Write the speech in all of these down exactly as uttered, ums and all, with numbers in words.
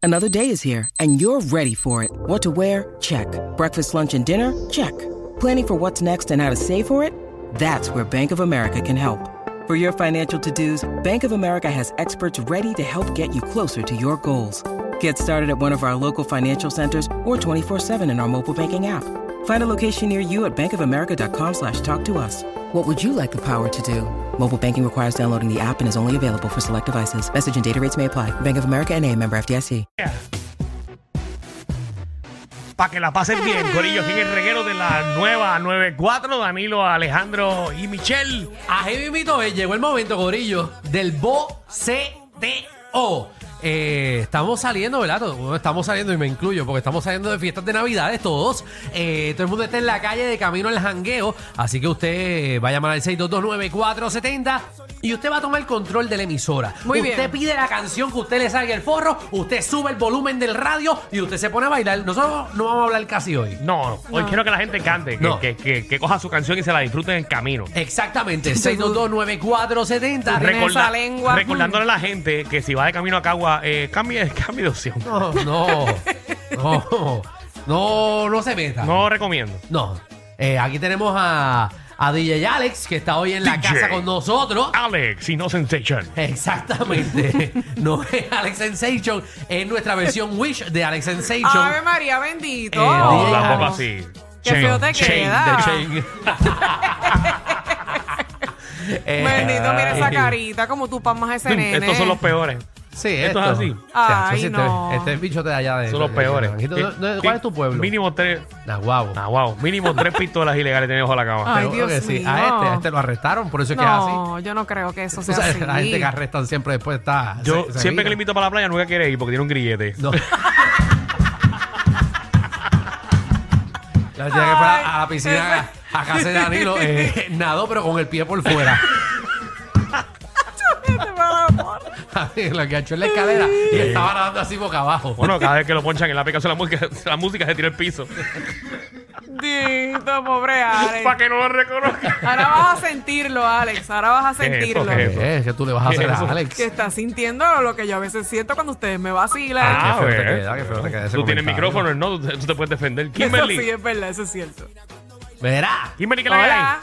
Another day is here, and you're ready for it. What to wear? Check. Breakfast, lunch, and dinner? Check. Planning for what's next and how to save for it? That's where Bank of America can help. For your financial to-dos, Bank of America has experts ready to help get you closer to your goals. Get started at one of our local financial centers or twenty-four seven in our mobile banking app. Find a location near you at bankofamerica.com slash talk to us. What would you like the power to do? Mobile banking requires downloading the app and is only available for select devices. Message and data rates may apply. Bank of America N A, member F D I C. Para que la pasen bien, corillo, aquí en el reguero de la nueva noventa y cuatro, Danilo, Alejandro y Michelle. Ahí mismito es, llegó el momento, corillo, del boceteo. Eh, estamos saliendo, ¿verdad? Bueno, estamos saliendo y me incluyo porque estamos saliendo de fiestas de Navidades todos. Eh, todo el mundo está en la calle de camino al jangueo. Así que usted va a llamar al seis dos dos nueve cuatro siete cero y usted va a tomar el control de la emisora. Muy usted bien. pide la canción que usted le salga el forro, usted sube el volumen del radio y usted se pone a bailar. Nosotros no vamos a hablar casi hoy. No, hoy No. quiero que la gente cante, que, No. que, que, que coja su canción y se la disfruten en camino. Exactamente, seis dos dos nueve cuatro siete cero. Tienes Recorda- esa lengua. Recordándole a la gente que si va de camino a Cagua, eh, cambie, cambie de opción. No, no, no, no, no se meta. No recomiendo. No. Eh, aquí tenemos a, a D J Alex, que está hoy en la D J casa con nosotros. Alex y no Sensation. Exactamente. No es Alex Sensation, es nuestra versión Wish de Alex Sensation. Ave María, bendito. Eh, No, D J tampoco Alex. así. Qué Chain, feo te chain. queda. The Chain. Eh, Bendito, mira esa ay. carita, como tú pasmas ese nene. Estos son los peores. Sí, Esto es así. Ay, este, no. este bicho de allá de Son los peores. ¿Cuál es tu pueblo? Mínimo tres. Ah, guau. Ah, wow. Mínimo tres pistolas ilegales tenemos bajo la cama. Ay, Seguro Dios que sí. mío. A este, a este lo arrestaron, por eso es que es así. No, yo no creo que eso Tú sea sabes, así. la gente que arrestan siempre después está. Yo se- se siempre que le viran. invito para la playa nunca quiere ir porque tiene un grillete. No. La tía que fue a, a la piscina a, a casa de Danilo, eh, nadó pero con el pie por fuera. Lo que ha hecho en la escalera y estaba nadando así boca abajo. Bueno, cada vez que lo ponchan en la aplicación la música, la música se tira al piso. Dito, pobre Alex. Para que no lo reconozca. Ahora vas a sentirlo, Alex. Ahora vas a ¿Qué es eso? sentirlo. ¿Qué es eso? ¿Qué es que tú le vas a hacer a Eso. Alex? Que estás sintiendo lo que yo a veces siento cuando ustedes me vacilan. Ah, qué feo te pues. queda, qué feo te queda ese Tú tienes comentario. micrófono, ¿no? Tú, tú te puedes defender. Eso Kimberly. sí, es verdad, eso es cierto. Verá. Kimberly, ¿qué le hay? Hola.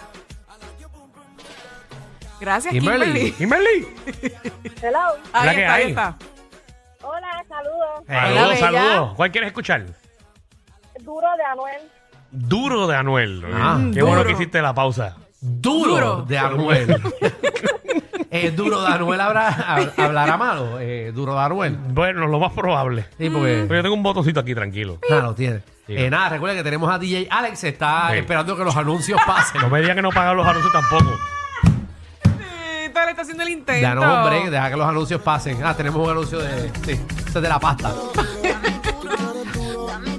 Gracias, Kimberly. Kimberly. Kimberly. Hello. Ahí La que está, ahí hay. está. Hola, saludos. Saludos, bella. saludos. ¿Cuál quieres escuchar? Duro de Anuel. Duro de Anuel. Ah, Qué duro. bueno que hiciste la pausa. Duro, Duro. de Anuel. eh, duro de Anuel habrá, hab- hablará malo. Eh, duro de Anuel. Bueno, lo más probable. Sí, porque. Pero yo tengo un botoncito aquí, tranquilo. Ah, lo tiene. Sí. Eh, nada, recuerda que tenemos a D J Alex. Está Sí. esperando que los anuncios pasen. No me digan que no pagan los anuncios tampoco. Dito, le está haciendo el intento. Danos un break, deja que los anuncios pasen. Ah, tenemos un anuncio de. Sí, este es de la pasta. Dame duro, dame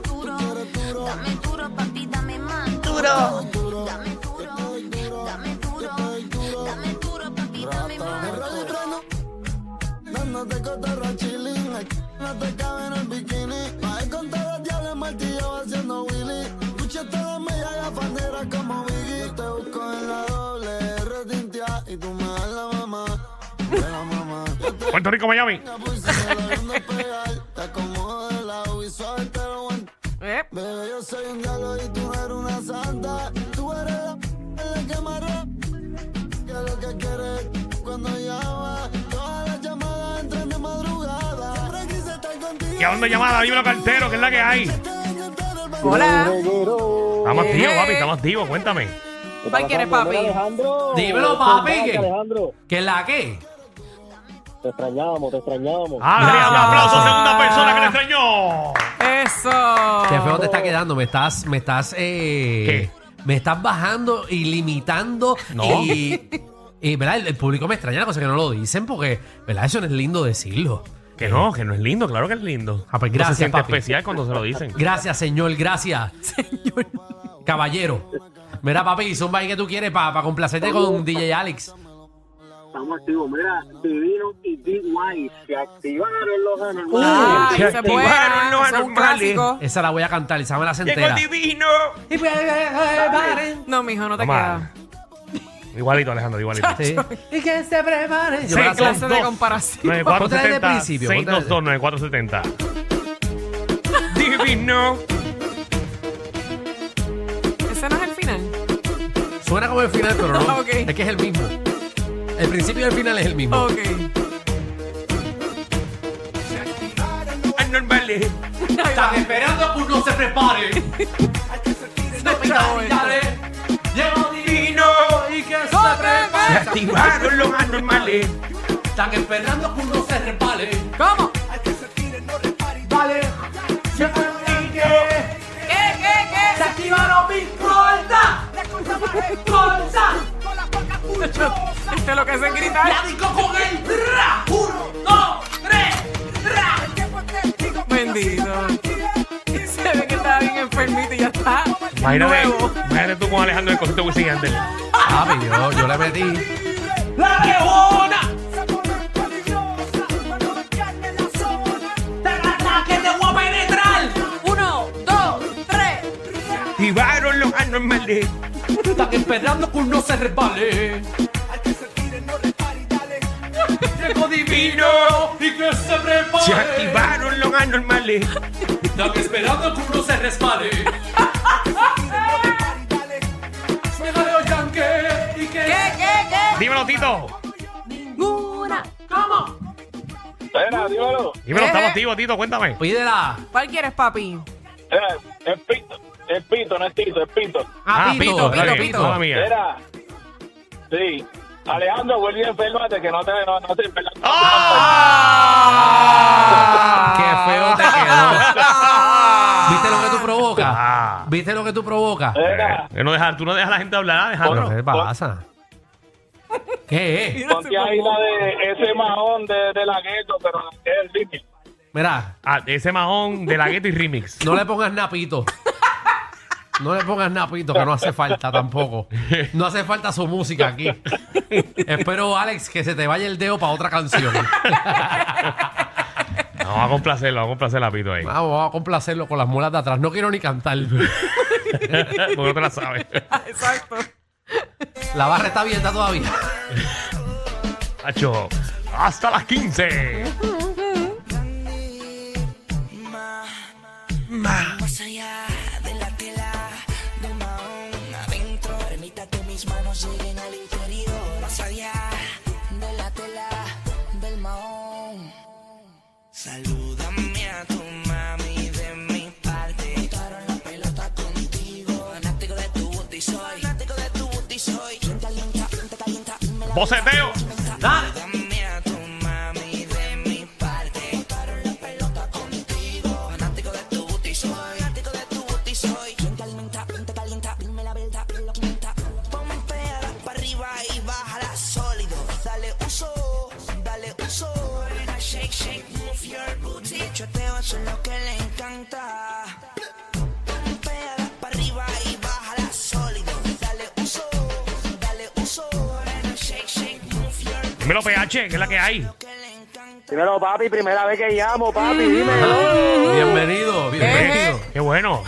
duro, papi, dame más. Duro. Dame duro, dame duro, dame duro, papi, dame más. Duro. Dándote cotorra chilling, no te cabe en el bikini. Va con todos los diablos martillo haciendo Willy. Escuchaste las medias gafanderas como Biggie. Yo te busco en la doble R tintia y tú me das la mamá. De la mamá. Yo te Puerto Rico, Miami. puse hablando pegar. Te acomodo de lado y suave te lo aguanto. Eh, Bebé, yo soy un diablo y tú eres una santa. Tú eres la, la que me arroja. Que lo que quieres cuando llama. Todas las llamadas entran de madrugada. Siempre quise estar contigo. ¿Qué onda llamada? Dímelo, cartero, que es la que hay. hola. Estamos Eh. activos, papi, estamos activos. Cuéntame. ¿Cuál quieres, papi? Alejandro. Dímelo, papi. Alejandro, ¿Qué, Alejandro, ¿Qué la qué? te extrañábamos, te extrañábamos. Adrián, un Ah. aplauso a segunda persona que le extrañó. Eso. Qué feo te está quedando. Me estás. Me estás. Eh, Me estás bajando y limitando. No. Y. Y, ¿verdad? El, el público me extraña la cosa que no lo dicen porque, ¿verdad? Eso no es lindo decirlo. Que no, que no es lindo, claro que es lindo. Ah, pues Uno gracias, se siente papi. especial cuando se lo dicen. Gracias, señor, gracias. Señor. Caballero. Mira, papi, zumba ahí que tú quieres para pa complacerte con D J Alex. Estamos activos. Mira, Divino y Big Wise se activaron los anormales. Ah, Se ese es activaron buena, los ese es un anormales. clásico. Esa la voy a cantar y me la ¡Llegó entera. el divino! No, mijo, no te Vamos queda. a- Igualito, Alejandro, igualito. Sí. Y que se prepare. Yo Sí, me la sé. Clase de dos. comparación. nueve cuatro Ponte desde el setenta, principio, seis ponte dos desde- dos, nueve cuatro setenta. divino. Ese no es el final. Suena como el final, pero no. Ok. Es que es el mismo. El principio y el final es el mismo. Ok. Anormales. Están esperando que uno se prepare. No, chavo, Llegó divino y que se Se prepare. activaron los anormales. Están esperando que uno se repare. ¿Cómo? Vale. ¿Qué, qué, qué? Se activaron mis cortas. Cortas. Esto es lo que hacen gritar. La disco con el ra. Uno, dos, tres, ra. Bendito. Se ve que estaba bien enfermito y ya está. Imagínate, Nuevo. imagínate tú con Alejandro el concierto de Wisin y Yandel. Papi, yo, yo le metí. ¡La leona! ¡Que te voy a penetrar! Uno, dos, tres. Activaron los anormales. Están esperando que uno se resbale. Llegó divino y que se prepare. Se activaron los anormales. Están esperando que uno se resbale. Déjale los yanques y que... ¿Qué, qué, qué? Dímelo, Tito. Ninguna. ¿Cómo? Espera, dímelo. Dímelo, Eh. estamos activos, Tito, cuéntame. Pídela. ¿Cuál quieres, papi? Espera, es Pito. Es Pito, no es Tito, es Pito. Ah, Pito, está Pito, bien, Pito. mala mía. Espera. Sí. Alejandro, vuelve y enférmate, que no te, no, no te enfermas. ¡Ah! Qué feo te quedó. ¿Viste lo que tú provocas? Ah. ¿Viste lo que tú provocas? Espera, Eh, no deja- tú no dejas a la gente hablar, Alejandro. ¿Qué pasa? ¿Qué es? ponte ahí la de ese mahón de, de la gueto, pero es el límite. Mira, Ah, ese mahón de la Gueto y Remix. no le pongas napito. No le pongas napito, que no hace falta tampoco. No hace falta su música aquí. Espero, Alex, que se te vaya el dedo para otra canción. No, vamos a complacerlo, vamos a complacer a Pito ahí. Vamos, vamos a complacerlo con las muelas de atrás. No quiero ni cantar. Porque no te la sabes. Exacto. La barra está abierta todavía. Hacho, hasta las quince. Más allá de la tela del mahón, adentro, permita que mis manos lleguen al interior. Más allá de la tela del mahón. Salúdame a tu mami de mi parte. Botaron la pelota contigo. Fanático de tu booty soy. Fanático de tu booty soy. Quien te alienta, quien te calienta. me la Boceteo. Dale. Salúdame a tu mami de mi parte. Botaron la pelota contigo. Fanático de tu booty soy. Fanático de tu booty soy. Quien te alimenta, quien te calienta. Dime la verdad, lo que inventa. Pompéala para arriba y bájala sólido. Dale uso, dale uso. Shake, shake, move your booty. Choteo, eso es lo que le encanta. Pompéala para arriba y bájala sólido. Dale uso, dale uso. Shake, shake, move your booty. Dímelo, P H, que es la que hay. Dímelo, papi, primera vez que llamo, papi, dímelo. Bienvenido, bienvenido. Qué bueno.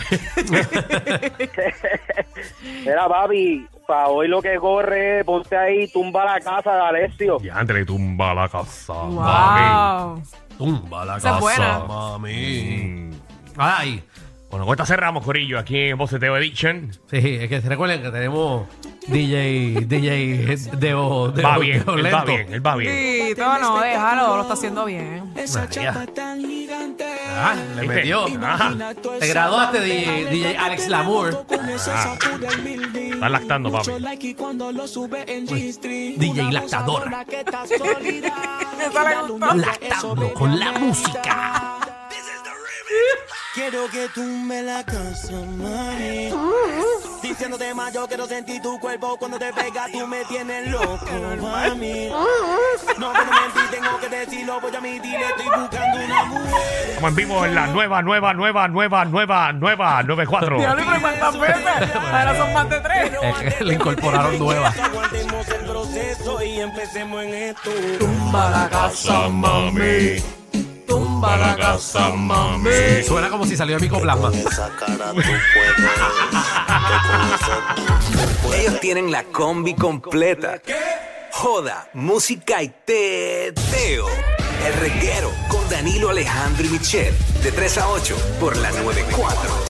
Mira, papi, para hoy lo que corre, ponte ahí, tumba la casa de Alessio. Ya antes le tumba la casa, mami. Wow. Tumba la Esa es casa, buena. mami. Mm. Ay. Bueno, con esta cerramos, Corillo, aquí en Boceteo Edition. Sí, es que se recuerden que tenemos D J, D J Deo, Deo, Va bien, Deo él va lento. bien, él va bien. Sí, todo no, déjalo, lo está haciendo bien. María. Ah, le ¿Viste? metió. Ajá. Te graduaste de D J Alex Lamour. Ah. Estás lactando, papi. D J Lactador. Eso le gustó. Lactando con la música. Quiero que tumbe la casa, mami. Diciéndote más, yo quiero sentir tu cuerpo. Cuando te pega, tú me tienes loco, mami. No puedo mentir, tengo que decirlo. Voy a admitir, estoy buscando una mujer. Estamos en vivo en la nueva, nueva, nueva, nueva, nueva, nueva noventa y cuatro. Diablo, ¿y cuántas veces? Ahora son más de tres. Es que le incorporaron nuevas. Aguantemos el proceso y empecemos en esto. Tumba la casa, mami. Tumba la casa, mami. Suena como si salió de Micoplasma. Ellos tienen la combi completa. Joda, música y teteo. El reguero con Danilo Alejandro y Michel, de tres a ocho por la noventa y cuatro.